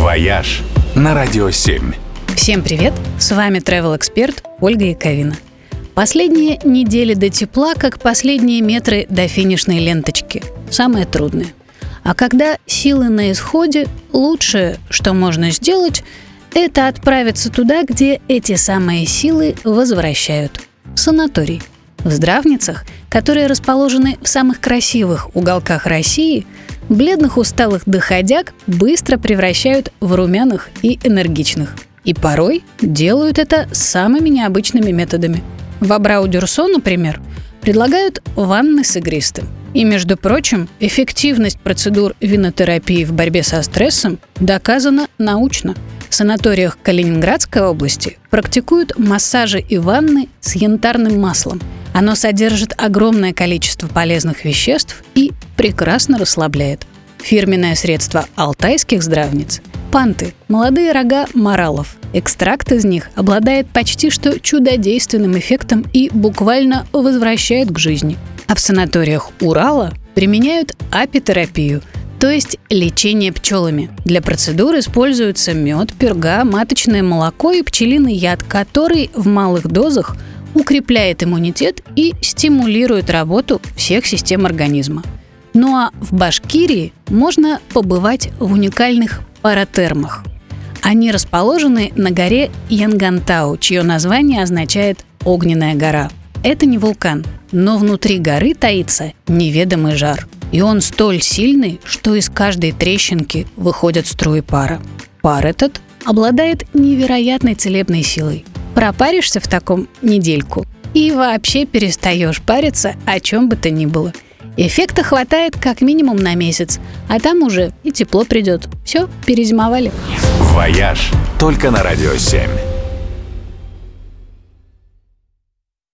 «Вояж» на Радио 7. Всем привет! С вами travel-эксперт Ольга Яковина. Последние недели до тепла, как последние метры до финишной ленточки. Самое трудное. А когда силы на исходе, лучшее, что можно сделать, это отправиться туда, где эти самые силы возвращают. В санаторий. В здравницах, которые расположены в самых красивых уголках России, бледных усталых доходяг быстро превращают в румяных и энергичных. И порой делают это самыми необычными методами. В Абрау-Дюрсо, например, предлагают ванны с игристым. И, между прочим, эффективность процедур винотерапии в борьбе со стрессом доказана научно. В санаториях Калининградской области практикуют массажи и ванны с янтарным маслом. Оно содержит огромное количество полезных веществ и прекрасно расслабляет. Фирменное средство алтайских здравниц – панты, молодые рога моралов. Экстракт из них обладает почти что чудодейственным эффектом и буквально возвращает к жизни. А в санаториях Урала применяют апитерапию, то есть лечение пчелами. Для процедур используются мед, пюрга, маточное молоко и пчелиный яд, который в малых дозах укрепляет иммунитет и стимулирует работу всех систем организма. Ну а в Башкирии можно побывать в уникальных паратермах. Они расположены на горе Янгантау, чье название означает «огненная гора». Это не вулкан, но внутри горы таится неведомый жар. И он столь сильный, что из каждой трещинки выходят струи пара. Пар этот обладает невероятной целебной силой. Пропаришься в таком недельку и вообще перестаешь париться о чем бы то ни было. Эффекта хватает как минимум на месяц, а там уже и тепло придет. Все, перезимовали. «Вояж» только на Радио 7.